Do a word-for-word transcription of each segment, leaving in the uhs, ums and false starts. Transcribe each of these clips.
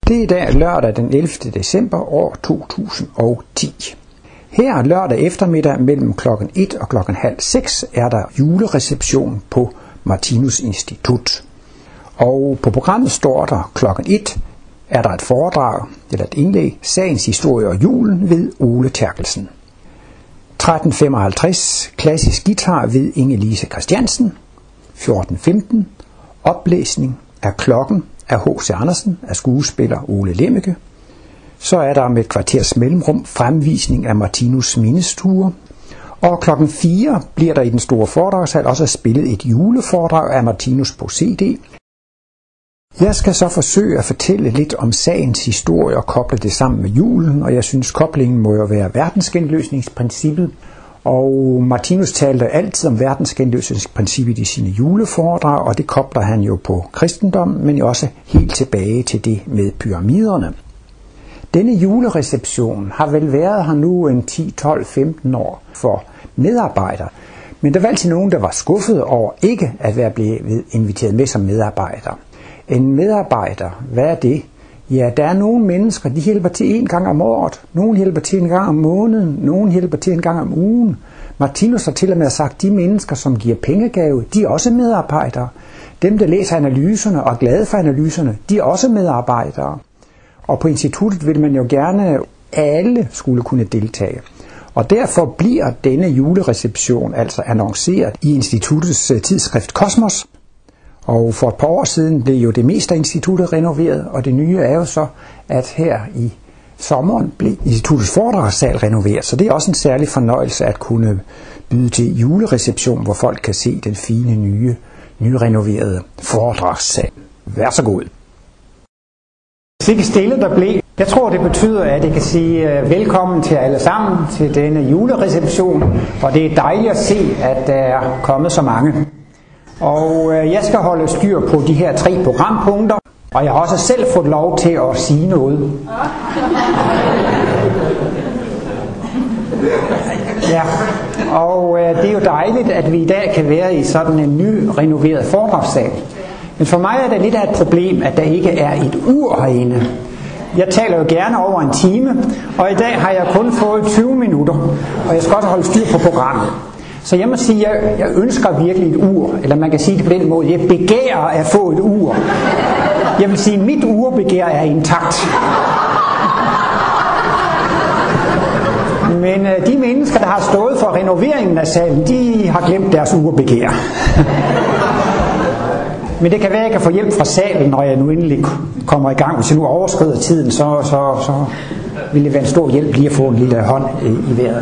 Det er i dag lørdag den ellevte december år to tusind og ti. Her lørdag eftermiddag mellem klokken et og klokken halv seks er der julereception på Martinus Institut. Og på programmet står der klokken et er der et foredrag eller et indlæg, Sagens historie og julen ved Ole Terkelsen. tretten femoghalvtreds klassisk guitar ved Inge-Lise Christiansen. fjorten femten oplæsning af Klokken af H C Andersen af skuespiller Ole Lemmeke. Så er der med et kvarters mellemrum fremvisning af Martinus mindesture. Og klokken fire bliver der i den store foredragshal også spillet et juleforedrag af Martinus på C D. Jeg skal så forsøge at fortælle lidt om sagens historie og koble det sammen med julen, og jeg synes koblingen må jo være verdensgenløsningsprincippet. Og Martinus talte altid om verdensgenløsningsprincippet i sine juleforedrag, og det kobler han jo på kristendom, men også helt tilbage til det med pyramiderne. Denne julereception har vel været her nu en ti, tolv, femten år for medarbejdere, men der var altid nogen, der var skuffet over ikke at være blevet inviteret med som medarbejder. En medarbejder, hvad er det? Ja, der er nogle mennesker, de hjælper til en gang om året, nogen hjælper til en gang om måneden, nogen hjælper til en gang om ugen. Martinus har til og med sagt, at de mennesker, som giver pengegave, de er også medarbejdere. Dem, der læser analyserne og er glade for analyserne, de er også medarbejdere. Og på instituttet vil man jo gerne, at alle skulle kunne deltage. Og derfor bliver denne julereception altså annonceret i instituttets tidsskrift Kosmos. Og for et par år siden blev jo det meste af instituttet renoveret, og det nye er jo så, at her i sommeren blev instituttets foredragssal renoveret. Så det er også en særlig fornøjelse at kunne byde til julereception, hvor folk kan se den fine, nye, nyrenoverede foredragssal. Vær så god. Sikke stille der blev. Jeg tror, det betyder, at jeg kan sige velkommen til alle sammen til denne julereception, og det er dejligt at se, at der er kommet så mange. Og jeg skal holde styr på de her tre programpunkter, og jeg har også selv fået lov til at sige noget. Ja, og det er jo dejligt, at vi i dag kan være i sådan en ny renoveret foredragssal. Men for mig er det lidt af et problem, at der ikke er et ur herinde. Jeg taler jo gerne over en time, og i dag har jeg kun fået tyve minutter, og jeg skal også holde styr på programmet. Så jeg må sige, at jeg, jeg ønsker virkelig et ur, eller man kan sige det på den måde, jeg begærer at få et ur. Jeg vil sige, at mit urbegær er intakt. Men øh, de mennesker, der har stået for renoveringen af salen, de har glemt deres urbegær. Men det kan være, at jeg kan få hjælp fra salen, når jeg nu endelig kommer i gang. Hvis jeg nu overskrider tiden, så, så, så vil det være en stor hjælp lige at få en lille hånd i, i vejret.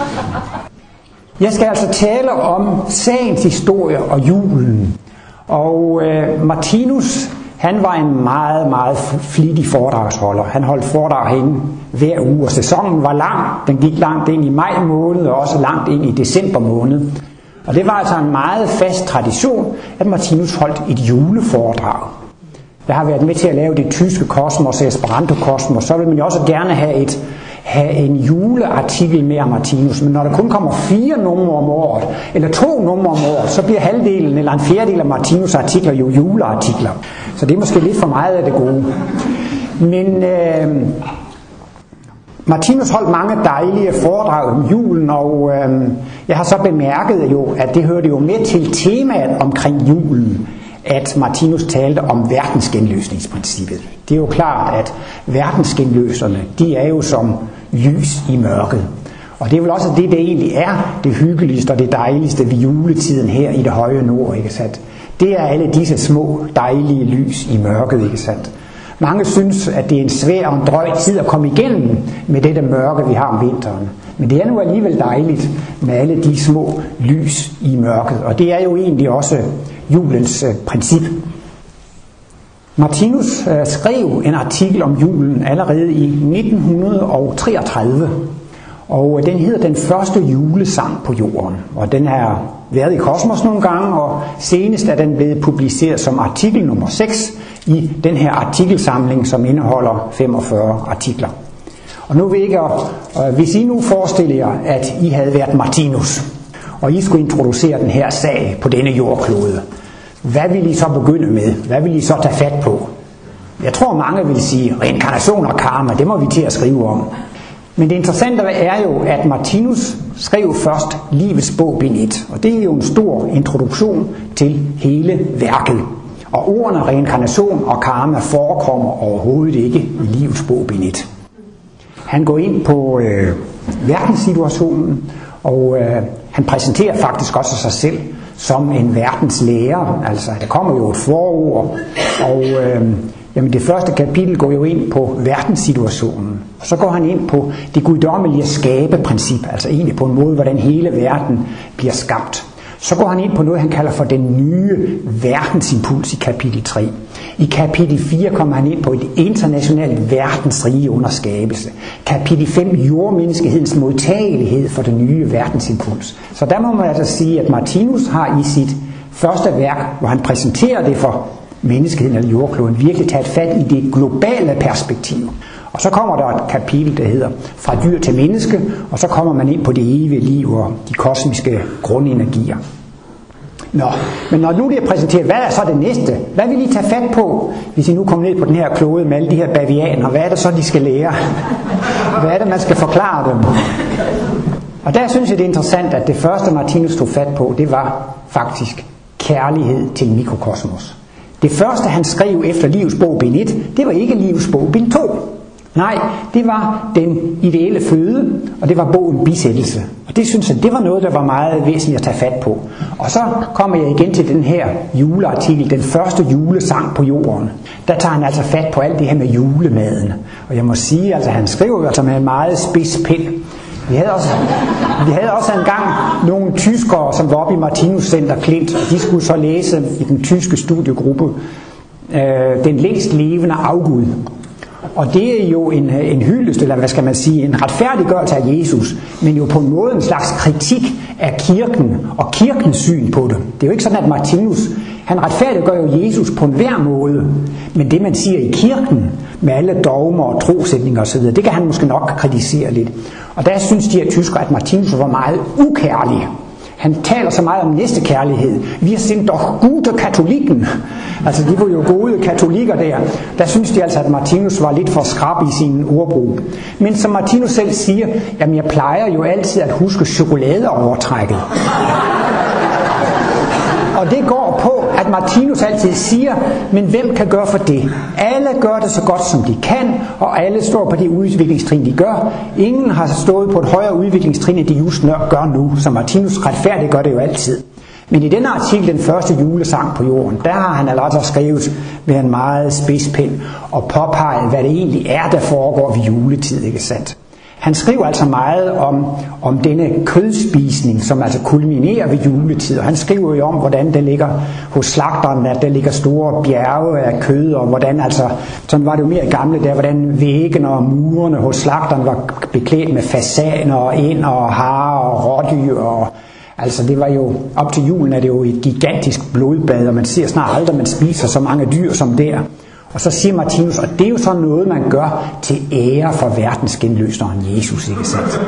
Jeg skal altså tale om sagens historie og julen. Og øh, Martinus, han var en meget, meget flittig foredragsholder. Han holdt foredrag herinde hver uge, og sæsonen var lang. Den gik langt ind i maj måned, og også langt ind i december måned. Og det var altså en meget fast tradition, at Martinus holdt et juleforedrag. Jeg har været med til at lave det tyske Kosmos, Esperanto Kosmos, så vil man jo også gerne have et have en juleartikel med af Martinus, men når der kun kommer fire numre om året, eller to numre om året, så bliver halvdelen eller en fjerdedel af Martinus artikler jo juleartikler. Så det er måske lidt for meget af det gode. Men øh, Martinus holdt mange dejlige foredrag om julen, og øh, jeg har så bemærket jo, at det hørte jo med til temaet omkring julen, at Martinus talte om verdensgenløsningsprincippet. Det er jo klart, at verdensgenløserne, de er jo som lys i mørket. Og det er vel også det, der egentlig er det hyggeligste og det dejligste ved juletiden her i det høje nord, ikke sandt? Det er alle disse små, dejlige lys i mørket, ikke sandt? Mange synes, at det er en svær og en drøj tid at komme igennem med dette mørke, vi har om vinteren. Men det er nu alligevel dejligt med alle de små lys i mørket. Og det er jo egentlig også julens øh, princip. Martinus øh, skrev en artikel om julen allerede i nitten treogtredive. Og den hedder Den første julesang på jorden. Og den har været i Kosmos nogle gange, og senest er den blevet publiceret som artikel nummer seks i den her artikelsamling, som indeholder femogfyrre artikler. Og nu vil jeg, øh, hvis I nu forestiller jer, at I havde været Martinus, og I skulle introducere den her sag på denne jordklode, hvad vil I så begynde med? Hvad vil I så tage fat på? Jeg tror mange vil sige, reinkarnation og karma, det må vi til at skrive om. Men det interessante er jo, at Martinus skrev først Livets bog bind et, og det er jo en stor introduktion til hele værket. Og ordene reinkarnation og karma forekommer overhovedet ikke i Livets bog bind et. Han går ind på øh, verdenssituationen, og øh, han præsenterer faktisk også sig selv som en verdenslærer. Altså, der kommer jo et forord, og øh, jamen, det første kapitel går jo ind på verdenssituationen. Og så går han ind på det guddommelige skabeprincip, altså egentlig på en måde, hvordan hele verden bliver skabt. Så går han ind på noget, han kalder for den nye verdensimpuls i kapitel tre. I kapitel fire kommer han ind på et internationalt verdensrige under skabelse. Kapitel fem, jordmenneskehedens modtagelighed for den nye verdensimpuls. Så der må man altså sige, at Martinus har i sit første værk, hvor han præsenterer det for menneskeheden eller jordkloden, virkelig taget fat i det globale perspektiv. Og så kommer der et kapitel, der hedder Fra dyr til menneske, og så kommer man ind på det evige liv og de kosmiske grundenergier. Nå, men når nu det er præsenteret, hvad er så det næste? Hvad vil I tage fat på, hvis I nu kommer ned på den her klode med alle de her bavianer? Hvad er det så, de skal lære? Hvad er det, man skal forklare dem? Og der synes jeg, det er interessant, at det første Martinus tog fat på, det var faktisk kærlighed til mikrokosmos. Det første, han skrev efter Livets bog bind et, det var ikke Livets bog bind to. Nej, det var den ideelle føde, og det var bogen Bisættelse. Og det synes jeg, det var noget, der var meget væsentligt at tage fat på. Og så kommer jeg igen til den her juleartikel, den første julesang på jorden. Der tager han altså fat på alt det her med julemaden. Og jeg må sige, altså han skriver altså med en meget spids pen. Vi havde også, vi havde også engang nogle tyskere, som var oppe i Martinus Center Klint, og de skulle så læse i den tyske studiegruppe øh, Den længst levende afgud. Og det er jo en, en hyldest, eller hvad skal man sige, en retfærdiggørelse af Jesus, men jo på en måde en slags kritik af kirken og kirkens syn på det. Det er jo ikke sådan, at Martinus, han retfærdiggør jo Jesus på enhver måde, men det man siger i kirken, med alle dogmer og trosætninger osv., det kan han måske nok kritisere lidt. Og der synes de her tyskere, at Martinus var meget ukærlig. Han taler så meget om næstekærlighed. Vi sind doch gute Katholiken. Altså, de var jo gode katolikker der. Der synes de altså, at Martinus var lidt for skrap i sin ordbrug. Men som Martinus selv siger, jamen jeg plejer jo altid at huske chokoladeovertrækket. Og det går på, at Martinus altid siger, men hvem kan gøre for det? Alle gør det så godt som de kan, og alle står på det udviklingstrin de gør. Ingen har stået på et højere udviklingstrin, end de just gør nu, så Martinus retfærdigt gør det jo altid. Men i denne artikel, den første julesang på jorden, der har han altså skrevet med en meget spidspen og påpeget, hvad det egentlig er, der foregår ved juletid, ikke sandt? Han skriver altså meget om, om denne kødspisning, som altså kulminerer ved juletid. Og han skriver jo om, hvordan det ligger hos slagteren, at der ligger store bjerge af kød, og hvordan altså, sådan var det jo mere i gamle der, hvordan væggene og murene hos slagteren var beklædt med fasaner og ænder og harer og rådyr. Og, altså det var jo, op til julen er det jo et gigantisk blodbad, og man ser snart aldrig, man spiser så mange dyr som der. Og så siger Martinus, og det er jo sådan noget, man gør til ære for verdensgenløseren Jesus, ikke sandt?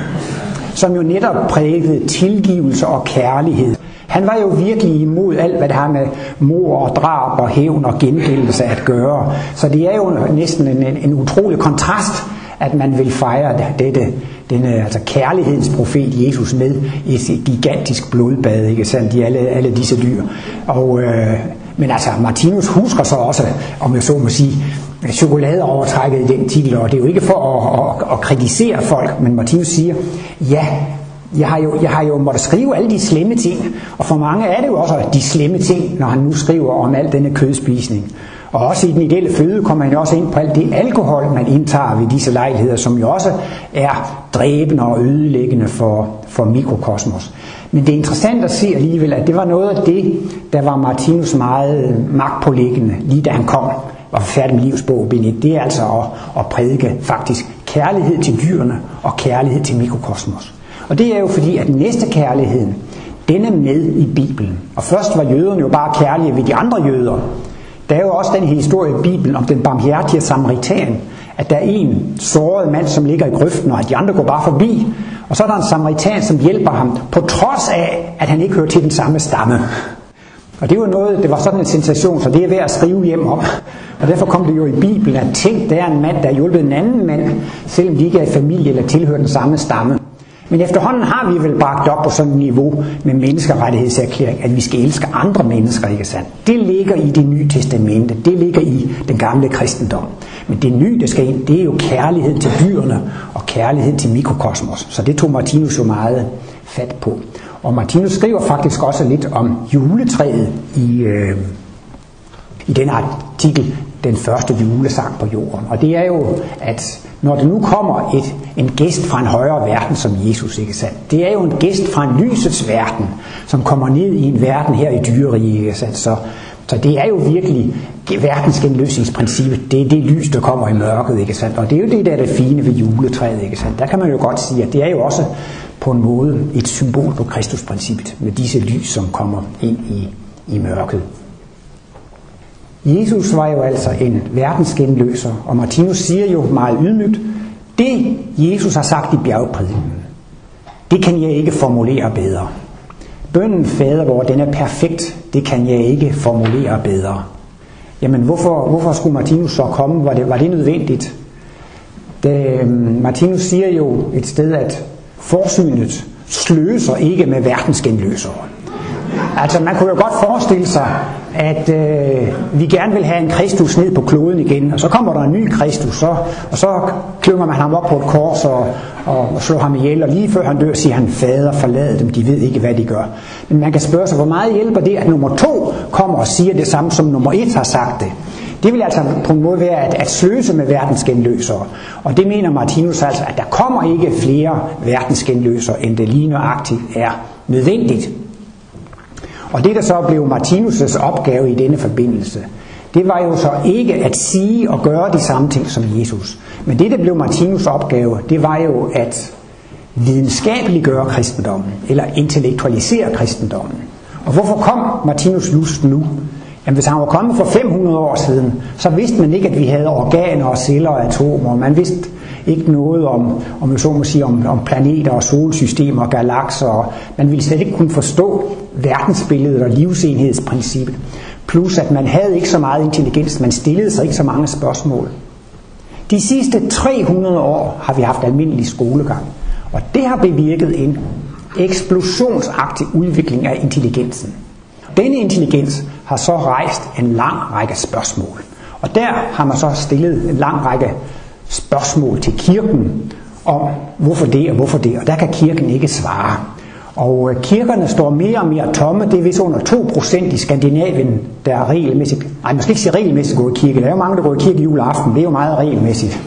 Som jo netop prægede tilgivelse og kærlighed. Han var jo virkelig imod alt, hvad det har med mord og drab og hævn og gengældelse at gøre. Så det er jo næsten en, en, en utrolig kontrast, at man vil fejre dette, denne altså kærlighedens profet Jesus med et gigantisk blodbad, ikke sandt, i alle, alle disse dyr. Og øh, Men altså, Martinus husker så også, om jeg så må sige, chokoladeovertrækket i den titel, og det er jo ikke for at, at, at kritisere folk, men Martinus siger, ja, jeg har, jo, jeg har jo måttet skrive alle de slemme ting, og for mange er det jo også de slemme ting, når han nu skriver om al denne kødspisning. Og også i den ideelle føde kommer han også ind på alt det alkohol, man indtager ved disse lejligheder, som jo også er dræbende og ødelæggende for, for mikrokosmos. Men det er interessant at se alligevel, at det var noget af det, der var Martinus meget magtpåliggende, lige da han kom og var færdig med Livets bog bind et. Det er altså at, at prædike faktisk kærlighed til dyrene og kærlighed til mikrokosmos. Og det er jo fordi, at næstekærligheden, den er med i Bibelen. Og først var jøderne jo bare kærlige ved de andre jøder. Der er jo også den historie i Bibelen om den barmhjertige samaritan, at der er en såret mand, som ligger i grøften, og at de andre går bare forbi. Og så er der en samaritan, som hjælper ham, på trods af, at han ikke hører til den samme stamme. Og det var noget, det var sådan en sensation, så det er værd at skrive hjem om. Og derfor kom det jo i Bibelen, at tænk, der er en mand, der har hjulpet en anden mand, selvom de ikke er i familie eller tilhører den samme stamme. Men efterhånden har vi vel bragt op på sådan et niveau med menneskerettighedserklæring, at vi skal elske andre mennesker, ikke sandt? Det ligger i det nye testamente, det ligger i den gamle kristendom. Men det nye, der skal ind, det er jo kærlighed til dyrene og kærlighed til mikrokosmos. Så det tog Martinus jo meget fat på. Og Martinus skriver faktisk også lidt om juletræet i, øh, i den artikel, den første julesang på jorden. Og det er jo, at når der nu kommer et, en gæst fra en højere verden som Jesus, ikke sandt? Det er jo en gæst fra en lysets verden, som kommer ned i en verden her i dyreriget, ikke sandt? Så, så det er jo virkelig verdensgenløsningsprincippet. Det er det lys, der kommer i mørket, ikke sandt? Og det er jo det, der er det fine ved juletræet, ikke sandt? Der kan man jo godt sige, at det er jo også på en måde et symbol på Kristusprincippet, med disse lys, som kommer ind i, i mørket. Jesus var jo altså en verdensgenløser, og Martinus siger jo meget ydmygt, det Jesus har sagt i bjergprædikenen, det kan jeg ikke formulere bedre. Bønnen Fader vor, den er perfekt, det kan jeg ikke formulere bedre. Jamen hvorfor, hvorfor skulle Martinus så komme? Var det, var det nødvendigt? Det, Martinus siger jo et sted, at forsynet sløser ikke med verdensgenløsere. Altså man kunne jo godt forestille sig, at øh, vi gerne vil have en Kristus ned på kloden igen, og så kommer der en ny Kristus, så, og så klynger man ham op på et kors og, og, og slår ham ihjel, og lige før han dør, siger han, Fader, forlad dem, de ved ikke, hvad de gør. Men man kan spørge sig, hvor meget hjælper det, at nummer to kommer og siger det samme, som nummer et har sagt det. Det vil altså på en måde være at, at sløse med verdensgenløsere. Og det mener Martinus altså, at der kommer ikke flere verdensgenløsere, end det lige nøjagtigt er nødvendigt. Og det, der så blev Martinus' opgave i denne forbindelse, det var jo så ikke at sige og gøre de samme ting som Jesus. Men det, der blev Martinus' opgave, det var jo at videnskabeliggøre kristendommen, eller intellektualisere kristendommen. Og hvorfor kom Martinus just nu? Jamen, hvis han var kommet for fem hundrede år siden, så vidste man ikke, at vi havde organer og celler og atomer. Man vidste ikke noget om, om, jeg så må sige, om, om planeter og solsystemer og galakser. Man ville slet ikke kunne forstå verdensbilledet og livsenhedsprincippet. Plus at man havde ikke så meget intelligens, man stillede sig ikke så mange spørgsmål. De sidste tre hundrede år har vi haft almindelig skolegang, og det har bevirket en eksplosionsagtig udvikling af intelligensen. Denne intelligens har så rejst en lang række spørgsmål, og der har man så stillet en lang række spørgsmål til kirken om hvorfor det og hvorfor det, og der kan kirken ikke svare. Og kirkerne står mere og mere tomme. Det er vist under to procent i Skandinavien, der er regelmæssigt, nej, man skal ikke sige regelmæssigt gå i kirke. Der er jo mange, der går i kirke juleaften. Det er jo meget regelmæssigt.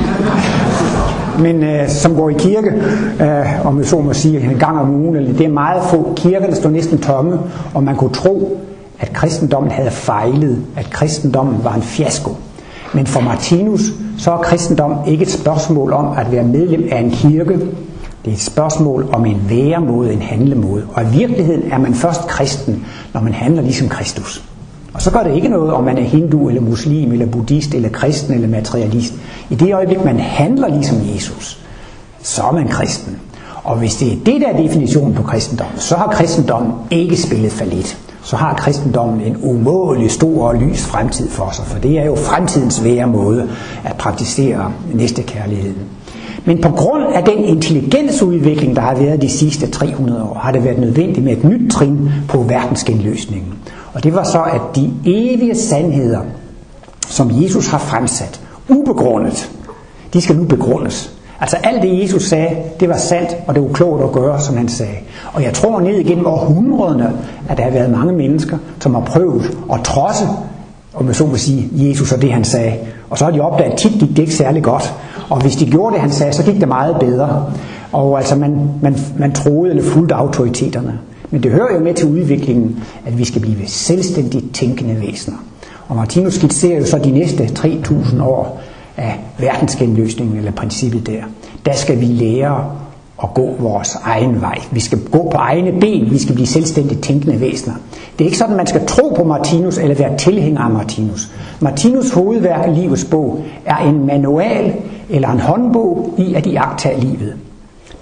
Men øh, som går i kirke, øh, om jeg så må sige, en gang om ugen, eller det er meget få. Kirkerne står næsten tomme, og man kunne tro, at kristendommen havde fejlet, at kristendommen var en fiasko. Men for Martinus, så er kristendom ikke et spørgsmål om at være medlem af en kirke. Det er et spørgsmål om en væremåde, en handlemåde. Og i virkeligheden er man først kristen, når man handler ligesom Kristus. Og så gør det ikke noget, om man er hindu, eller muslim, eller buddhist, eller kristen, eller materialist. I det øjeblik, man handler ligesom Jesus, så er man kristen. Og hvis det er det, der er definitionen på kristendommen, så har kristendommen ikke spillet fallit. Så har kristendommen en umådelig stor og lys fremtid for sig. For det er jo fremtidens væremåde at praktisere næstekærligheden. Men på grund af den intelligensudvikling, der har været de sidste tre hundrede år, har det været nødvendigt med et nyt trin på verdensgenløsningen. Og det var så, at de evige sandheder, som Jesus har fremsat, ubegrundet, de skal nu begrundes. Altså alt det Jesus sagde, det var sandt, og det var klogt at gøre, som han sagde. Og jeg tror ned igennem århundrederne, at der har været mange mennesker, som har prøvet at trodse, om jeg så må sige, Jesus og det han sagde. Og så har de opdaget, at tit gik det ikke særlig godt. Og hvis de gjorde det, han sagde, så gik det meget bedre. Og altså man, man, man troede eller fulgte autoriteterne. Men det hører jo med til udviklingen, at vi skal blive selvstændigt tænkende væsener. Og Martinus skitserer jo så de næste tre tusind år af verdensgenløsningen, eller princippet der. Der skal vi lære at gå vores egen vej. Vi skal gå på egne ben, vi skal blive selvstændigt tænkende væsener. Det er ikke sådan, at man skal tro på Martinus, eller være tilhænger af Martinus. Martinus hovedværk, Livets bog, er en manual, eller en håndbog i at iagttage livet.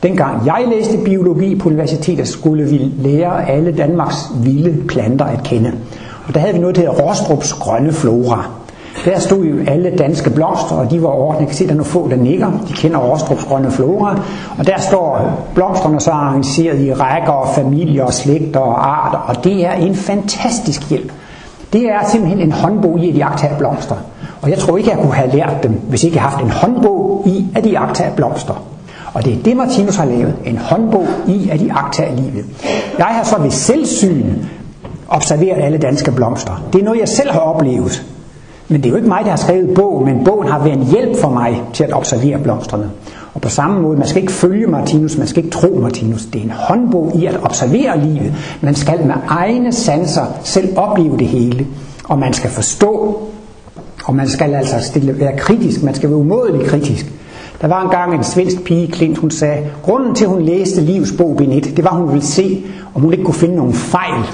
Dengang jeg læste biologi på universitetet, skulle vi lære alle Danmarks vilde planter at kende. Og der havde vi noget, der hedder Rostrups grønne flora. Der stod jo alle danske blomster, og de var ordnet. Jeg kan se, der er nogle få, der nikker. De kender Rostrups grønne flora. Og der står blomsterne så arrangeret i rækker og familier og slægter og arter. Og det er en fantastisk hjælp. Det er simpelthen en håndbog i at iagttage blomster. Og jeg tror ikke, jeg kunne have lært dem, hvis ikke jeg haft en håndbog i at iagttage blomster. Og det er det, Martinus har lavet. En håndbog i at iagttage livet. Jeg har så ved selvsyn observeret alle danske blomster. Det er noget, jeg selv har oplevet. Men det er jo ikke mig, der har skrevet bog, men bogen har været en hjælp for mig til at observere blomsterne. Og på samme måde, man skal ikke følge Martinus, man skal ikke tro Martinus. Det er en håndbog i at observere livet. Man skal med egne sanser selv opleve det hele. Og man skal forstå, og man skal altså stille, være kritisk, man skal være umådelig kritisk. Der var engang en svensk pige, Klint, hun sagde, grunden til, at hun læste Livs bog bind et, det var, at hun ville se, om hun ikke kunne finde nogen fejl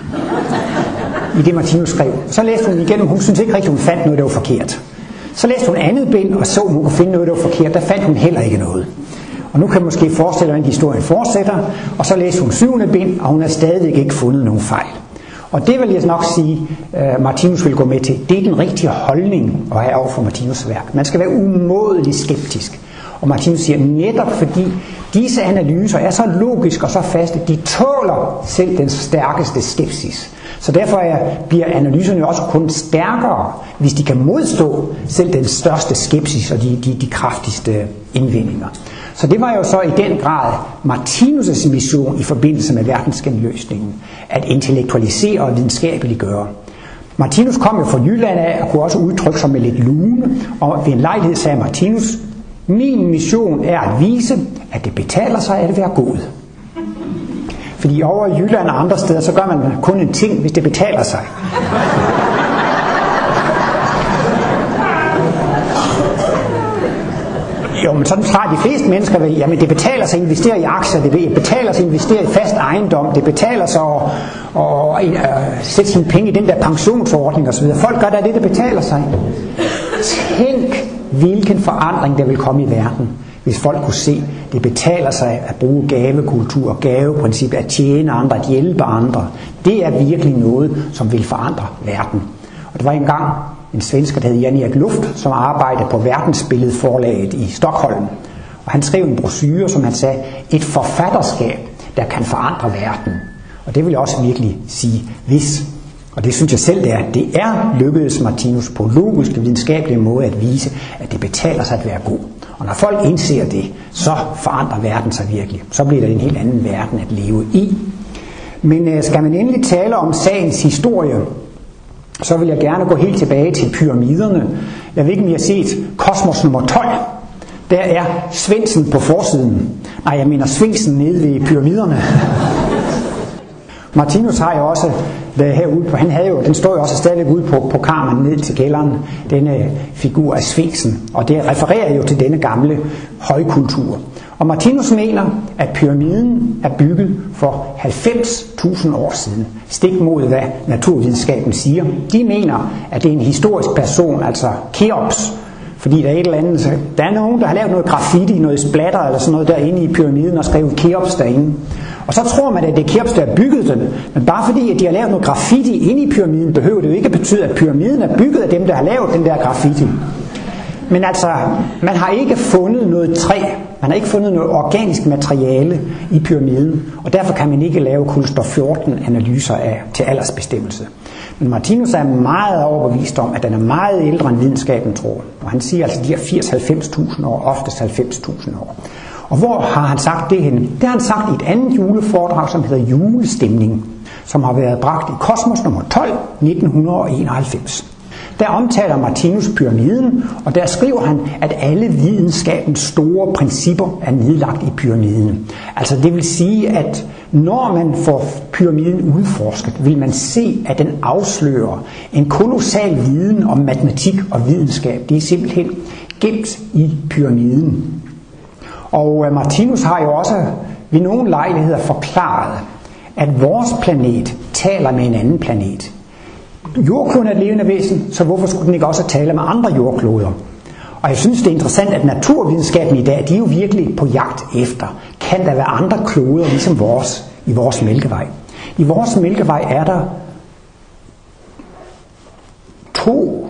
i det, Martinus skrev. Så læste hun igennem, hun syntes ikke rigtigt, hun fandt noget, der var forkert. Så læste hun andet bind, og så, om hun kunne finde noget, der var forkert. Der fandt hun heller ikke noget. Og nu kan man måske forestille, hvordan historien fortsætter, og så læste hun syvende bind, og hun har stadig ikke fundet nogen fejl. Og det vil jeg nok sige, uh, Martinus vil gå med til. Det er den rigtige holdning at have over for Martinus' værk. Man skal være umådelig skeptisk. Og Martinus siger, netop fordi disse analyser er så logiske og så faste, de tåler selv den stærkeste skepsis. Så derfor er, bliver analyserne også kun stærkere, hvis de kan modstå selv den største skepsis og de, de, de kraftigste indvendinger. Så det var jo så i den grad Martinus' mission i forbindelse med verdensgenløsningen, at intellektualisere og videnskabeligt gøre. Martinus kom jo fra Jylland af og kunne også udtrykke sig med lidt lune, og ved en lejlighed sagde Martinus, min mission er at vise, at det betaler sig at være god. Fordi over i Jylland og andre steder, så gør man kun en ting, hvis det betaler sig. Jo, men sådan tror de fleste mennesker, at jamen, det betaler sig at investere i aktier, det betaler sig at investere i fast ejendom, det betaler sig at, at, at, at sætte sine penge i den der pensionsordning osv. Folk gør da det, der betaler sig. Tænk, hvilken forandring der vil komme i verden, hvis folk kunne se, det betaler sig at bruge gavekultur, gaveprincip, at tjene andre, at hjælpe andre. Det er virkelig noget, som vil forandre verden. Og der var engang en svensker, der hed Jan-Erik Luft, som arbejdede på Verdensbilledforlaget i Stockholm. Og han skrev en brochure, som han sagde, et forfatterskab, der kan forandre verden. Og det vil jeg også virkelig sige, hvis, og det synes jeg selv, det er, det er lykkedes Martinus på logisk og videnskabelig måde at vise, at det betaler sig at være god. Og når folk indser det, så forandrer verden sig virkelig. Så bliver det en helt anden verden at leve i. Men skal man endelig tale om sagens historie, så vil jeg gerne gå helt tilbage til pyramiderne. Jeg ved ikke, om I har set Kosmos nummer tolv. Der er Svendsen på forsiden. Nej, jeg mener Svendsen nede ved pyramiderne. Martinus har jo også været herude på, han havde jo, den står jo også stadig ude på, på karmen ned til kælderen, denne figur af Svendsen, og det refererer jo til denne gamle højkultur. Og Martinus mener, at pyramiden er bygget for halvfems tusind år siden, stik mod hvad naturvidenskaben siger. De mener, at det er en historisk person, altså Keops, fordi der er et eller andet, der er nogen, der har lavet noget graffiti, noget splatter eller sådan noget derinde i pyramiden og skrevet Keops derinde. Og så tror man, at det er Keops, der har bygget den. Men bare fordi, at de har lavet noget graffiti inde i pyramiden, behøver det jo ikke at betyde, at pyramiden er bygget af dem, der har lavet den der graffiti. Men altså, man har ikke fundet noget træ, man har ikke fundet noget organisk materiale i pyramiden, og derfor kan man ikke lave kulstof fjorten analyser af til aldersbestemmelse. Men Martinus er meget overbevist om, at den er meget ældre end videnskaben tror. Og han siger altså, at de er firs til halvfems tusind år, oftest halvfems tusind år. Og hvor har han sagt det henne? Det har han sagt i et andet juleforedrag, som hedder Julestemning, som har været bragt i Kosmos nummer tolv, nitten enoghalvfems. Der omtaler Martinus pyramiden, og der skriver han, at alle videnskabens store principper er nedlagt i pyramiden. Altså det vil sige, at når man får pyramiden udforsket, vil man se, at den afslører en kolossal viden om matematik og videnskab. Det er simpelthen gemt i pyramiden. Og Martinus har jo også ved nogle lejligheder forklaret, at vores planet taler med en anden planet. Jordkloden er et levende væsen, så hvorfor skulle den ikke også tale med andre jordkloder? Og jeg synes, det er interessant, at naturvidenskaben i dag, de er jo virkelig på jagt efter. kan der være andre kloder ligesom vores i vores Mælkevej. I vores Mælkevej er der to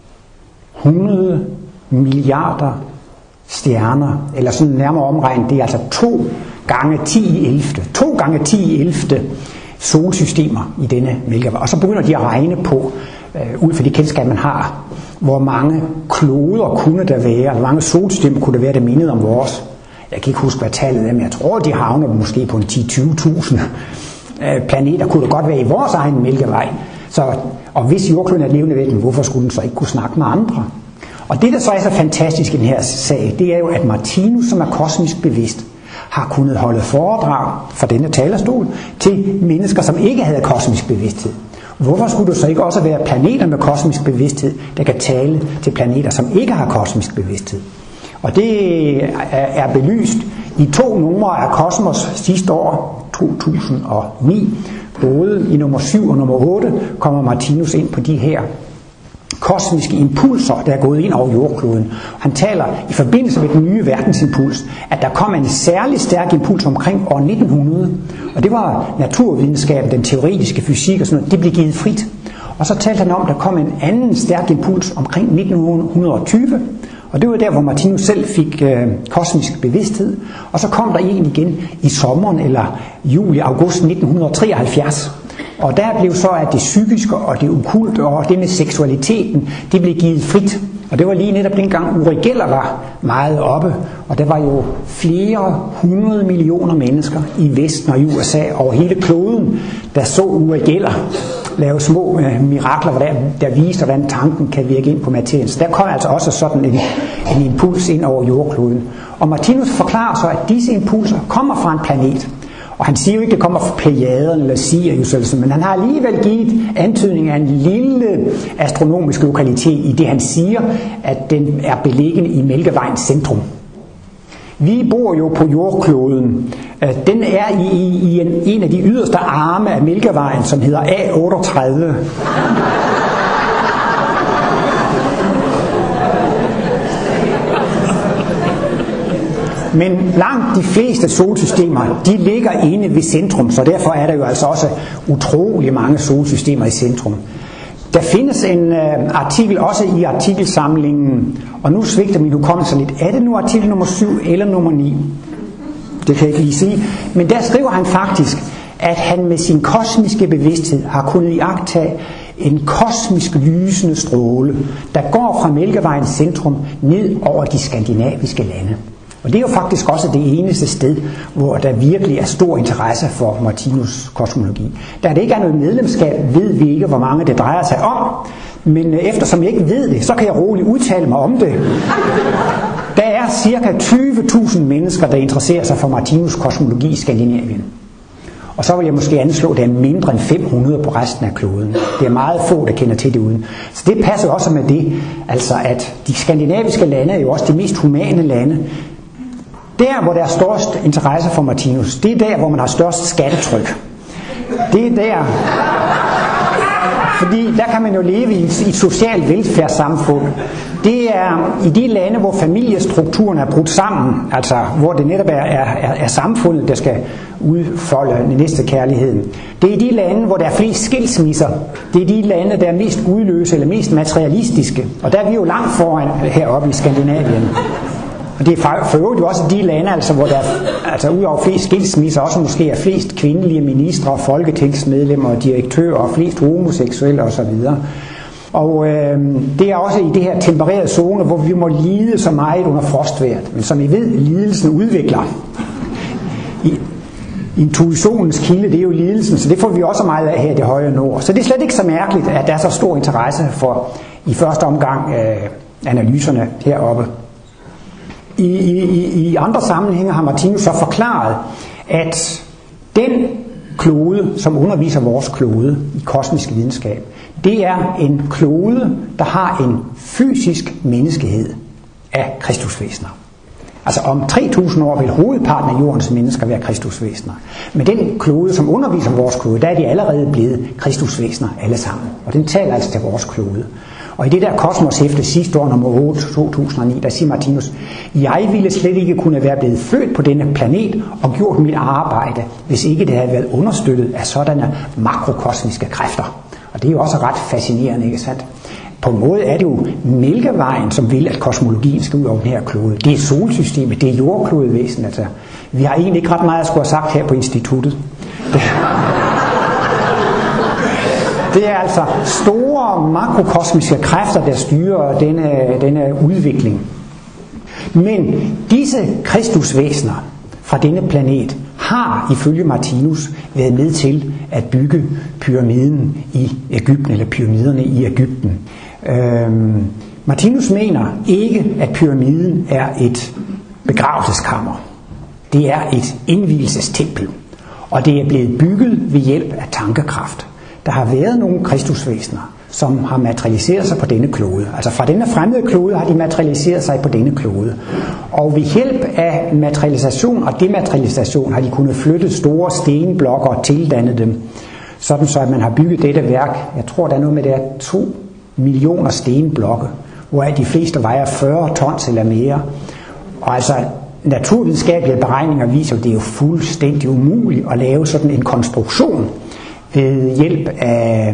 hundrede milliarder stjerner, eller sådan nærmere omregnet, det er altså to gange ti i ellevte. to gange ti i ellevte solsystemer i denne Mælkevej. Og så begynder de at regne på, øh, ud fra de kendskab man har, hvor mange kloder kunne der være, hvor mange solsystemer kunne der være, der mindede om vores. Jeg kan ikke huske, hvad tallet er, men jeg tror, de havner måske på en ti til tyve tusind planeter, kunne det godt være i vores egen Mælkevej. Så, og hvis jordkloden er et levende væsen, hvorfor skulle den så ikke kunne snakke med andre? Og det, der så er så fantastisk i den her sag, det er jo, at Martinus, som er kosmisk bevidst, har kunnet holde foredrag fra denne talerstol til mennesker, som ikke havde kosmisk bevidsthed. Hvorfor skulle det så ikke også være planeter med kosmisk bevidsthed, der kan tale til planeter, som ikke har kosmisk bevidsthed? Og det er belyst i to numre af Kosmos sidste år, to tusind og ni. Både i nummer syv og nummer otte kommer Martinus ind på de her kosmiske impulser, der er gået ind over jordkloden. Han taler i forbindelse med den nye verdensimpuls, at der kom en særlig stærk impuls omkring år nitten hundrede, og det var naturvidenskaben, den teoretiske fysik og sådan noget, det blev givet frit. Og så talte han om, at der kom en anden stærk impuls omkring nitten tyve, og det var der, hvor Martinus selv fik øh, kosmisk bevidsthed. Og så kom der en igen i sommeren eller juli-august nitten treoghalvfjerds. Og der blev så, at det psykiske og det okkulte og det med seksualiteten, det blev givet frit. Og det var lige netop dengang Uri Geller var meget oppe. Og der var jo flere hundrede millioner mennesker i Vesten og i U S A over hele kloden, der så Uri Geller lave små øh, mirakler, der, der viser, hvordan tanken kan virke ind på materien. Så der kom altså også sådan en, en impuls ind over jordkloden. Og Martinus forklarer så, at disse impulser kommer fra en planet. Og han siger jo ikke, at det kommer fra Plejaderne eller Sirius, men han har alligevel givet antydning af en lille astronomisk lokalitet i det, han siger, at den er beliggende i Mælkevejens centrum. Vi bor jo på jordkloden. Den er i, i, i en, en af de yderste arme af Mælkevejen, som hedder A otteogtredive. Men langt de fleste solsystemer, de ligger inde ved centrum, så derfor er der jo altså også utrolig mange solsystemer i centrum. Der findes en uh, artikel også i artikelsamlingen, og nu svigter min hukommelse lidt. Er det nu artikel nummer syv eller nummer ni? Det kan jeg ikke lige sige. Men der skriver han faktisk, at han med sin kosmiske bevidsthed har kunnet iagttage en kosmisk lysende stråle, der går fra Mælkevejens centrum ned over de skandinaviske lande. Og det er jo faktisk også det eneste sted, hvor der virkelig er stor interesse for Martinus kosmologi. Da det ikke er noget medlemskab, ved vi ikke, hvor mange det drejer sig om. Men eftersom jeg ikke ved det, så kan jeg roligt udtale mig om det. Der er ca. tyve tusind mennesker, der interesserer sig for Martinus kosmologi i Skandinavien. Og så vil jeg måske anslå, at det er mindre end fem hundrede på resten af kloden. Det er meget få, der kender til det uden. Så det passer også med det, altså at de skandinaviske lande er jo også de mest humane lande. Der, hvor der er størst interesse for Martinus, det er der, hvor man har størst skattetryk. Det er der, fordi der kan man jo leve i et socialt velfærdssamfund. Det er i de lande, hvor familiestrukturen er brudt sammen, altså hvor det netop er, er, er samfundet, der skal udfolde næste kærligheden. Det er de lande, hvor der er flest skilsmisser. Det er de lande, der er mest gudløse eller mest materialistiske. Og der er vi jo langt foran heroppe i Skandinavien. Og det er for øvrigt også de lande, altså, hvor der altså, udover flest skilsmisser også måske er flest kvindelige ministre, folketingsmedlemmer og direktører og flest homoseksuelle osv. Og øh, det er også i det her tempererede zone, hvor vi må lide så meget under frostvejret. Men som I ved, lidelsen udvikler. I, intuitionens kilde, det er jo lidelsen, så det får vi også meget af her i det høje nord. Så det er slet ikke så mærkeligt, at der er så stor interesse for i første omgang øh, analyserne heroppe. I, i, I andre sammenhænge har Martinus så forklaret, at den klode, som underviser vores klode i kosmisk videnskab, det er en klode, der har en fysisk menneskehed af kristusvæsener. Altså om tre tusind år vil hovedparten af jordens mennesker være kristusvæsener. Men den klode, som underviser vores klode, der er de allerede blevet kristusvæsener alle sammen. Og den taler altså til vores klode. Og i det der kosmoshæfte sidste år, nummer otte, to tusind og ni, der siger Martinus, jeg ville slet ikke kunne være blevet født på denne planet og gjort mit arbejde, hvis ikke det havde været understøttet af sådanne makrokosmiske kræfter. Og det er jo også ret fascinerende, ikke sandt? På en måde er det jo Mælkevejen, som vil, at kosmologien skal ud over den her klode. Det er solsystemet, det er jordklodevæsen. Altså. Vi har egentlig ikke ret meget at skulle have sagt her på instituttet. Det, det er altså store makrokosmiske kræfter, der styrer denne, denne udvikling. Men disse kristusvæsener fra denne planet har ifølge Martinus været med til at bygge pyramiden i Egypten, eller pyramiderne i Egypten. Øhm, Martinus mener ikke, at pyramiden er et begravelseskammer. Det er et indvielsestempel, og det er blevet bygget ved hjælp af tankekraft. Der har været nogle kristusvæsener, som har materialiseret sig på denne klode. Altså fra denne fremmede klode har de materialiseret sig på denne klode. Og ved hjælp af materialisation og dematerialisation har de kunnet flytte store stenblokke og tildanne dem, sådan så at man har bygget dette værk. Jeg tror, der er noget med, det er to millioner stenblokke, hvoraf de fleste vejer fyrre tons eller mere. Og altså naturvidenskabelige beregninger viser, at det er jo fuldstændig umuligt at lave sådan en konstruktion ved hjælp af,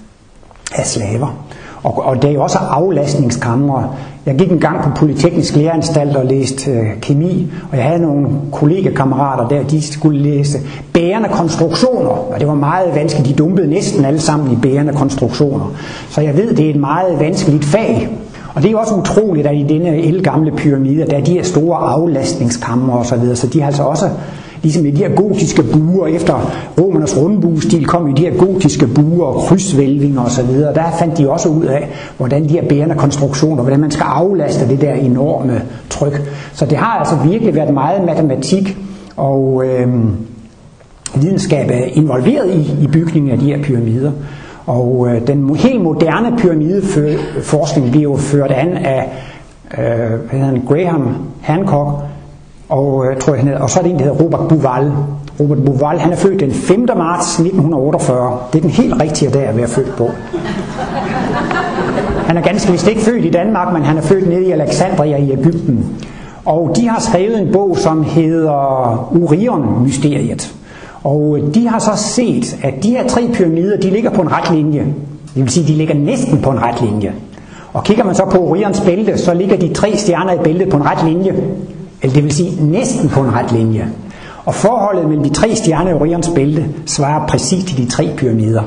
af slaver. Og, og der er jo også aflastningskamre. Jeg gik en gang på Polyteknisk Læreanstalt og læste øh, kemi, og jeg havde nogle kollegekammerater der, de skulle læse bærende konstruktioner, og det var meget vanskeligt. De dumpede næsten alle sammen i bærende konstruktioner. Så jeg ved, det er et meget vanskeligt fag. Og det er jo også utroligt, at i denne ældgamle pyramide, der er de her store aflastningskamre og så videre, så de har altså også, ligesom i de her gotiske buer, efter romernes rundbuestil kom i de her gotiske buer og krydsvælvinger og så videre, der fandt de også ud af, hvordan de her bærende konstruktioner, hvordan man skal aflaste det der enorme tryk. Så det har altså virkelig været meget matematik og øh, videnskab involveret i, i bygningen af de her pyramider. Og øh, den helt moderne pyramideforskning bliver jo ført an af øh, hvad hedder han, Graham Hancock, og, øh, tror jeg, han hedder, og så er det en, der hedder Robert Bauval. Robert Bauval, han er født den femte marts nitten otteogfyrre. Det er den helt rigtige dag at være født på. Han er ganske vist ikke født i Danmark, men han er født nede i Alexandria i Egypten. Og de har skrevet en bog, som hedder Orion-mysteriet. Og de har så set, at de her tre pyramider, de ligger på en ret linje. Det vil sige, de ligger næsten på en ret linje. Og kigger man så på Orions bælte, så ligger de tre stjerner i bæltet på en ret linje. Eller det vil sige næsten på en ret linje. Og forholdet mellem de tre stjerner i Orions bælte svarer præcis til de tre pyramider.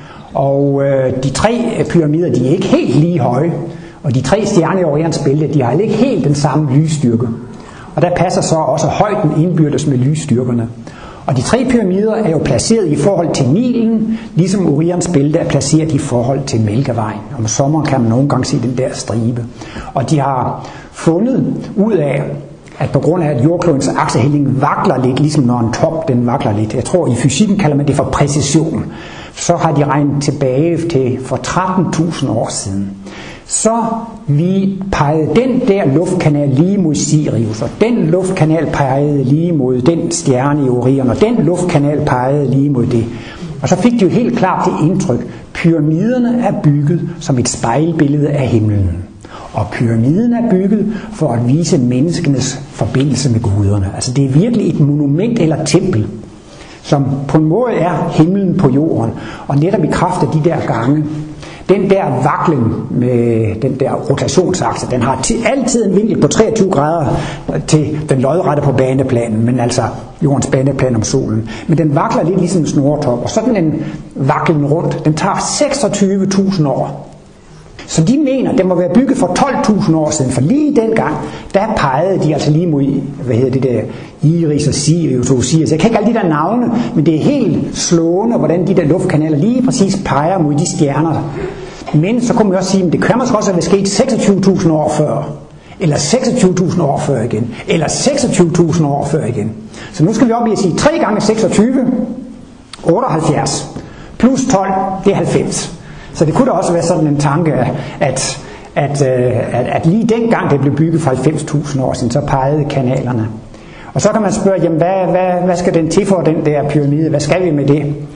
Og øh, de tre pyramider, de er ikke helt lige høje. Og de tre stjerner i Orions bælte, de har ikke helt den samme lysstyrke. Og der passer så også højden indbyrdes med lysstyrkerne. Og de tre pyramider er jo placeret i forhold til Nilen, ligesom Orions bælte er placeret i forhold til Mælkevejen. Om sommeren kan man nogle gange se den der stribe. Og de har fundet ud af, at på grund af, at jordklodens aksehældning vakler lidt, ligesom når en top den vakler lidt. Jeg tror, i fysikken kalder man det for præcision. Så har de regnet tilbage til for tretten tusind år siden. Så vi pegede den der luftkanal lige mod Sirius, og den luftkanal pegede lige mod den stjerne i Orion, og den luftkanal pegede lige mod det. Og så fik de jo helt klart det indtryk, pyramiderne er bygget som et spejlbillede af himlen. Og pyramiden er bygget for at vise menneskenes forbindelse med guderne. Altså det er virkelig et monument eller tempel, som på en måde er himlen på jorden, og netop i kraft af de der gange. Den der vaklen med den der rotationsakse, den har altid en vinkel på treogtyve grader til den lodrette på baneplanen, men altså jordens baneplan om solen. Men den vakler lidt ligesom en snortop, og sådan en vaklen rundt, den tager seksogtyve tusind år. Så de mener, den må være bygget for tolv tusind år siden, for lige dengang, der pegede de altså lige mod, hvad hedder det der, Iris og Sirius og Osiris. Jeg kan ikke alle de der navne, men det er helt slående, hvordan de der luftkanaler lige præcis peger mod de stjerner. Men så kunne man også sige, at det kan måske også have sket seksogtyve tusind år før, eller seksogtyve tusind år før igen, eller seksogtyve tusind år før igen. Så nu skal vi op i at sige tre gange seksogtyve, otteoghalvfjerds, plus tolv, det er halvfems. Så det kunne da også være sådan en tanke, at, at, at, at lige dengang det blev bygget for halvfems tusind år siden, så pegede kanalerne. Og så kan man spørge, jamen hvad, hvad, hvad skal den til for den der pyramide? Hvad skal vi med det?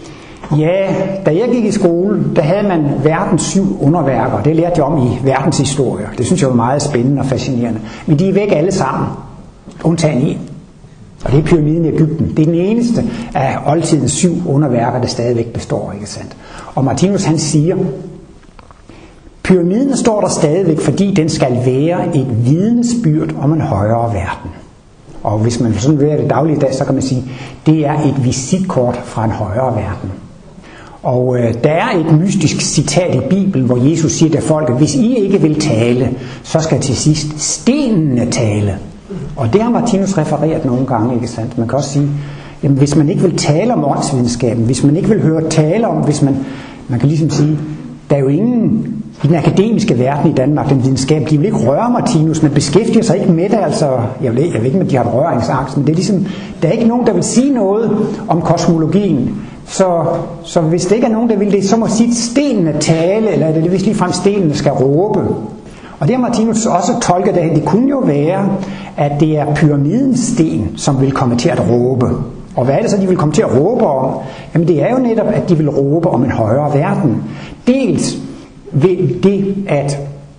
Ja, da jeg gik i skole, der havde man verdens syv underværker. Det lærte jeg om i verdenshistorie. Det synes jeg var meget spændende og fascinerende. Men de er væk alle sammen, undtagen en. Og det er pyramiden i Egypten. Det er den eneste af oldtidens syv underværker, der stadigvæk består, ikke sandt? Og Martinus han siger, pyramiden står der stadigvæk, fordi den skal være et vidnesbyrd om en højere verden. Og hvis man sådan vil være det daglige dag, så kan man sige, det er et visitkort fra en højere verden. Og øh, der er et mystisk citat i Bibelen, hvor Jesus siger til folket, hvis I ikke vil tale, så skal til sidst stenene tale. Og det har Martinus refereret nogle gange, ikke sandt? Man kan også sige, jamen, hvis man ikke vil tale om åndsvidenskaben, hvis man ikke vil høre tale om, hvis man, man kan ligesom sige, der er jo ingen i den akademiske verden i Danmark, den videnskab, de vil ikke røre Martinus, men beskæftiger sig ikke med det, altså, jeg ved, jeg ved ikke, om de har berøringsangst, men det er ligesom, der er ikke nogen, der vil sige noget om kosmologien. Så, så hvis det ikke er nogen, der vil det, så må sige stenene tale, eller det hvis ligefrem stenene skal råbe. Og det har Martinus også tolket af, det kunne jo være, at det er pyramidens sten, som vil komme til at råbe. Og hvad er det så, de vil komme til at råbe om? Jamen det er jo netop, at de vil råbe om en højere verden. Dels ved det, at,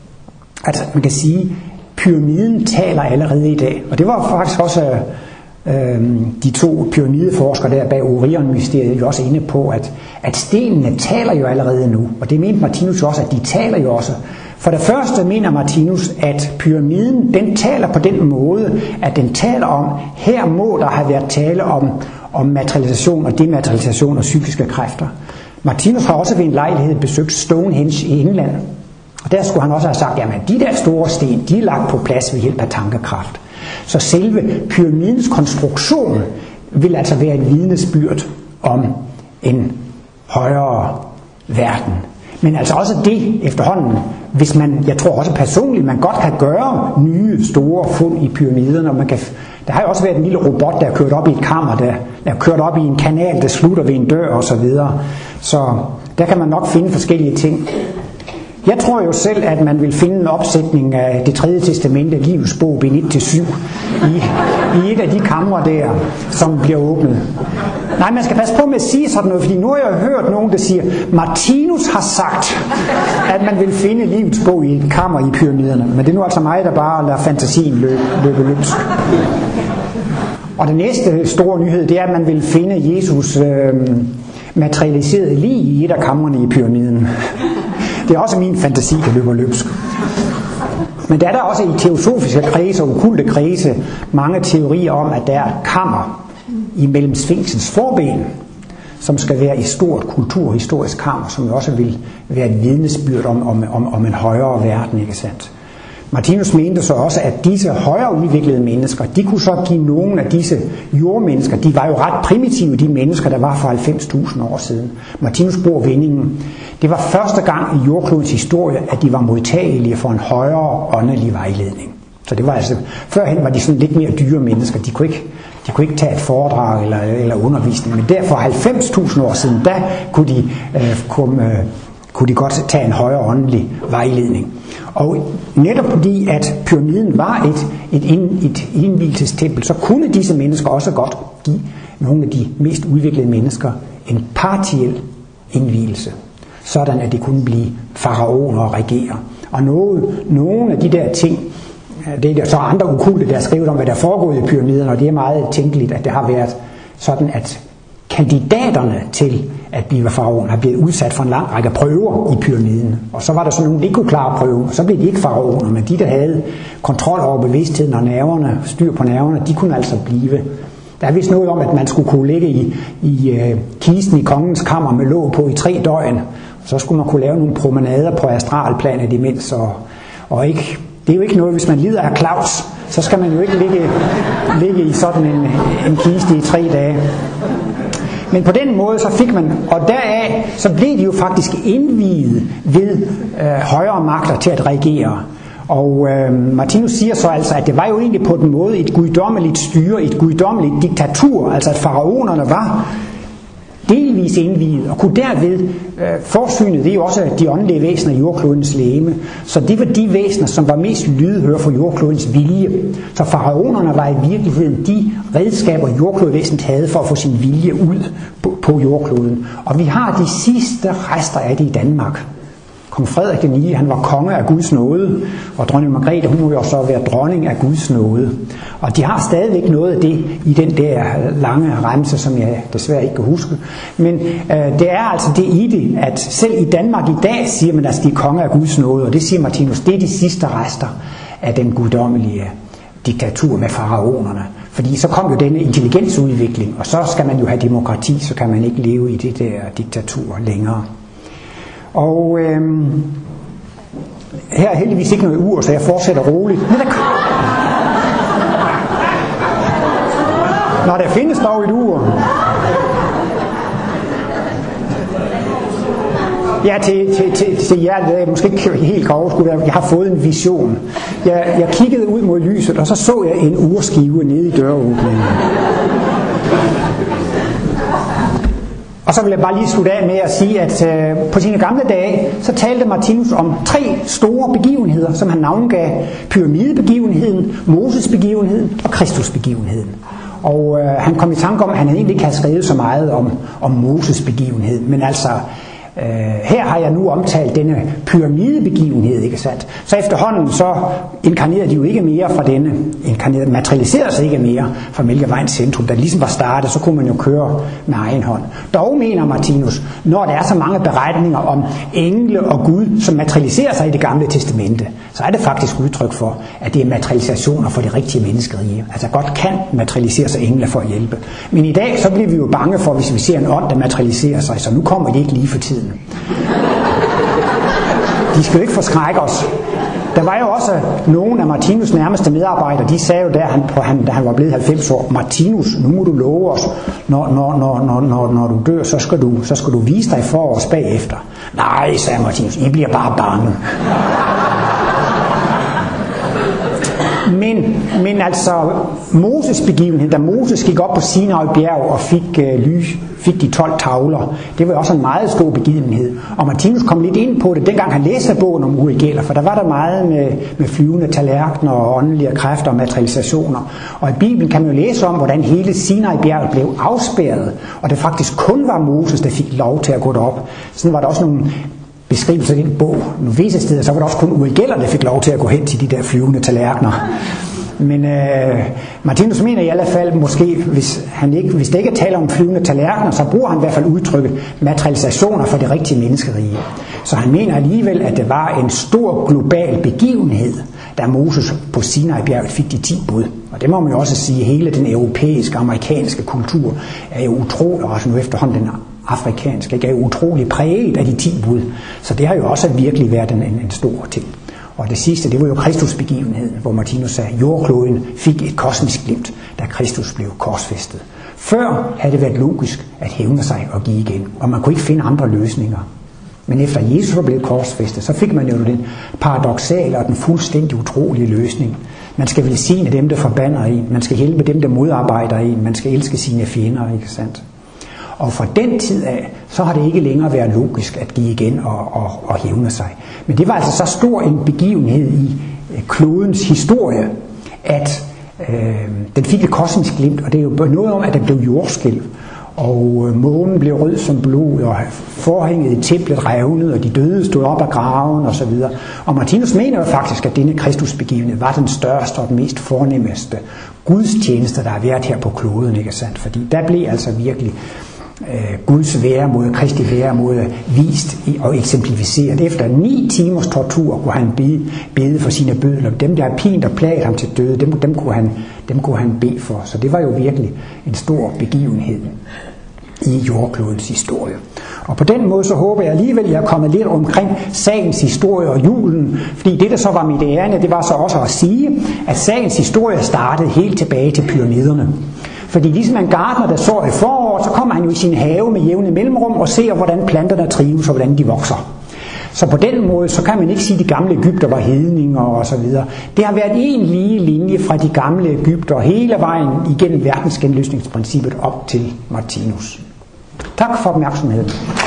at man kan sige, pyramiden taler allerede i dag. Og det var faktisk også øh, de to pyramideforskere der bag Orion-mysteriet jo også inde på, at, at stenene taler jo allerede nu. Og det mente Martinus også, at de taler jo også. For det første mener Martinus, at pyramiden, den taler på den måde, at den taler om, her må der have været tale om, om materialisation og dematerialisation og psykiske kræfter. Martinus har også ved en lejlighed besøgt Stonehenge i England, og der skulle han også have sagt, jamen de der store sten, de er lagt på plads ved hjælp af tankekraft. Så selve pyramidens konstruktion vil altså være et vidnesbyrd om en højere verden. Men altså også det efterhånden, hvis man, jeg tror også personligt, man godt kan gøre nye store fund i pyramiderne, og man kan, der har jo også været en lille robot, der er kørt op i et kammer, der er kørt op i en kanal, der slutter ved en dør og så videre. Så der kan man nok finde forskellige ting. Jeg tror jo selv, at man vil finde en opsætning af det tredje testamente, Livets bog, bind et til syv, i, i et af de kamre der, som bliver åbnet. Nej, man skal passe på med at sige sådan noget, fordi nu har jeg hørt nogen, der siger, Martinus har sagt, at man vil finde Livets bog i et kammer i pyramiderne. Men det er nu altså mig, der bare lader fantasien løbe, løbe løbsk. Og den næste store nyhed, det er, at man vil finde Jesus øh, materialiseret lig i et af kamrene i pyramiden. Det er også min fantasi, der løber løbsk. Men der er der også i teosofiske kredse og okulte kredse mange teorier om, at der er et kammer imellem Sfinksens forben, som skal være et stort kulturhistorisk kammer, som også vil være et vidnesbyrd om, om, om, om en højere verden, ikke sandt? Martinus mente så også, at disse højere udviklede mennesker, de kunne så give nogle af disse jordmennesker, de var jo ret primitive, de mennesker, der var for halvfems tusind år siden. Martinus bruger vendingen. Det var første gang i jordklodens historie, at de var modtagelige for en højere åndelig vejledning. Så det var altså, førhen var de sådan lidt mere dyre mennesker, de kunne ikke, de kunne ikke tage et foredrag eller, eller undervisning, men der for halvfems tusind år siden, der kunne de, øh, komme, øh, kunne de godt tage en højere åndelig vejledning. Og netop fordi, at pyramiden var et, et, ind, et indvielsestempel, så kunne disse mennesker også godt give nogle af de mest udviklede mennesker en partiel indvielse, sådan at det kunne blive faraoner og regere. Og noget, nogle af de der ting, det er så andre okulte, der har skrevet om, hvad der er foregået i pyramiderne, og det er meget tænkeligt, at det har været sådan, at kandidaterne til at blive faraoner har blevet udsat for en lang række prøver i pyramiden. Og så var der sådan nogle, der ikke kunne klare prøver, så blev de ikke faraoner, men de, der havde kontrol over bevidstheden og nerverne, styr på nerverne, de kunne altså blive. Der er vist noget om, at man skulle kunne ligge i, i uh, kisten i kongens kammer med låg på i tre døgn. Så skulle man kunne lave nogle promenader på astralplanet imens. Og, og ikke, det er jo ikke noget, hvis man lider af Claus, så skal man jo ikke ligge, ligge i sådan en, en kiste i tre dage. Men på den måde så fik man, og deraf så blev de jo faktisk indviet ved øh, højere magter til at regere. Og øh, Martinus siger så altså, at det var jo egentlig på den måde et guddommeligt styre, et guddommeligt diktatur, altså at faraonerne var delvis indviet, og kunne derved øh, forsynet, det er jo også de åndelige væsener i jordklodens legeme, så det var de væsener, som var mest lydhøre for jordklodens vilje. Så faraonerne var i virkeligheden de redskaber, jordklodvæsenet havde for at få sin vilje ud på, på jordkloden. Og vi har de sidste rester af det i Danmark. Kong Frederik den niende, han var konge af Guds nåde, og dronning Margrethe, hun må jo så være dronning af Guds nåde. Og de har stadigvæk noget af det i den der lange remse, som jeg desværre ikke kan huske. Men øh, det er altså det i det, at selv i Danmark i dag siger man, at de er konge af Guds nåde, og det siger Martinus, det er de sidste rester af den guddommelige diktatur med faraonerne. Fordi så kom jo denne intelligensudvikling, og så skal man jo have demokrati, så kan man ikke leve i det der diktatur længere. Og øhm, her er heldigvis ikke noget ur, så jeg fortsætter roligt. Nå, der findes dog et ur. Ja, til, til, til, til jer, det er måske ikke helt overskud, jeg har fået en vision. Jeg, jeg kiggede ud mod lyset, og så så jeg en urskive nede i døråbningen. Og så vil jeg bare lige slutte af med at sige, at øh, på sine gamle dage, så talte Martinus om tre store begivenheder, som han navngav: pyramidebegivenheden, Moses-begivenheden og Kristus-begivenheden. Og øh, han kom i tanke om, at han egentlig ikke havde skrevet så meget om, om Moses-begivenheden, men altså øh, her har jeg nu omtalt denne pyramidebegivenhed, ikke sandt? Så efterhånden så inkarnerede de jo ikke mere fra denne, inkarnerede, materialiserede sig ikke mere fra Mælkevejens centrum. Da det ligesom var startet, så kunne man jo køre med egen hånd. Dog mener Martinus, når der er så mange beretninger om engle og Gud, som materialiserer sig i Det Gamle Testamente, så er det faktisk udtryk for, at det er materialisationer for det rigtige menneskerige. Altså godt kan materialisere sig engle for at hjælpe. Men i dag så bliver vi jo bange for, hvis vi ser en ånd, der materialiserer sig, så nu kommer det ikke lige for tiden. De skal jo ikke forskrække os. Der var jo også nogle af Martinus' nærmeste medarbejdere, de sagde jo der, han, han, da han var blevet halvfems år, Martinus, nu må du love os, når, når, når, når, når, når du dør, så skal du, så skal du vise dig for os bagefter. Nej, sagde Martinus, I bliver bare bange. Men, men altså, Moses begivenhed, da Moses gik op på Sinai bjerg og fik, øh, ly, fik de tolv tavler, det var også en meget stor begivenhed. Og Martinus kom lidt ind på det, dengang han læste bogen om Uri Geller, for der var der meget med, med flyvende tallerkener og åndelige kræfter og materialisationer. Og i Bibelen kan man jo læse om, hvordan hele Sinai bjerget blev afspærret, og det faktisk kun var Moses, der fik lov til at gå derop. Sådan var der også nogle beskrivelser i den bog. Nogle visse steder, så var der også kun Uri Geller, der fik lov til at gå hen til de der flyvende tallerkener. Men øh, Martinus mener i alle fald, måske, hvis, han ikke, hvis det ikke er tale om flyvende tallerkener, så bruger han i hvert fald udtrykket materialisationer for det rigtige menneskerige. Så han mener alligevel, at det var en stor global begivenhed, da Moses på Sinai-bjerget fik de ti bud. Og det må man jo også sige, hele den europæiske, amerikanske kultur er jo utrolig, og også nu efterhånden den afrikanske, ikke, er jo utrolig præget af de ti bud. Så det har jo også virkelig været en, en, en stor ting. Og det sidste, det var jo Kristusbegivenheden, hvor Martinus sagde, at jordkloden fik et kosmisk glimt, da Kristus blev korsfæstet. Før havde det været logisk at hævne sig og give igen, og man kunne ikke finde andre løsninger. Men efter Jesus var blevet korsfæstet, så fik man jo den paradoksale og den fuldstændig utrolige løsning. Man skal velsigne dem, der forbander en. Man skal hjælpe dem, der modarbejder en. Man skal elske sine fjender, ikke sandt? Og fra den tid af, så har det ikke længere været logisk at give igen og, og, og hævne sig. Men det var altså så stor en begivenhed i øh, klodens historie, at øh, den fik et kosmisk glimt, og det er jo noget om, at der blev jordskælv, og øh, månen blev rød som blod, og forhænget i templet revnede, og de døde stod op af graven osv. Og, og Martinus mener jo faktisk, at denne Kristusbegivenhed var den største og den mest fornemmeste gudstjeneste, der har været her på kloden, ikke sandt? Fordi der blev altså virkelig Guds væremåde, Kristi væremåde vist og eksemplificeret. Efter ni timers tortur kunne han bede, bede for sine bødler. Dem, der har pint og plaget ham til døde, dem, dem, kunne han, dem kunne han bede for. Så det var jo virkelig en stor begivenhed i jordklodens historie. Og på den måde så håber jeg alligevel, at jeg er kommet lidt omkring sagens historie og julen, fordi det, der så var mit ærinde, det var så også at sige, at sagens historie startede helt tilbage til pyramiderne. Fordi ligesom en gartner, der sår i foråret, så kommer han jo i sin have med jævne mellemrum og ser, hvordan planterne trives og hvordan de vokser. Så på den måde, så kan man ikke sige, at de gamle Egypter var hedninger og så videre. Det har været en lige linje fra de gamle Egypter hele vejen igennem verdensgenløsningsprincippet op til Martinus. Tak for opmærksomheden.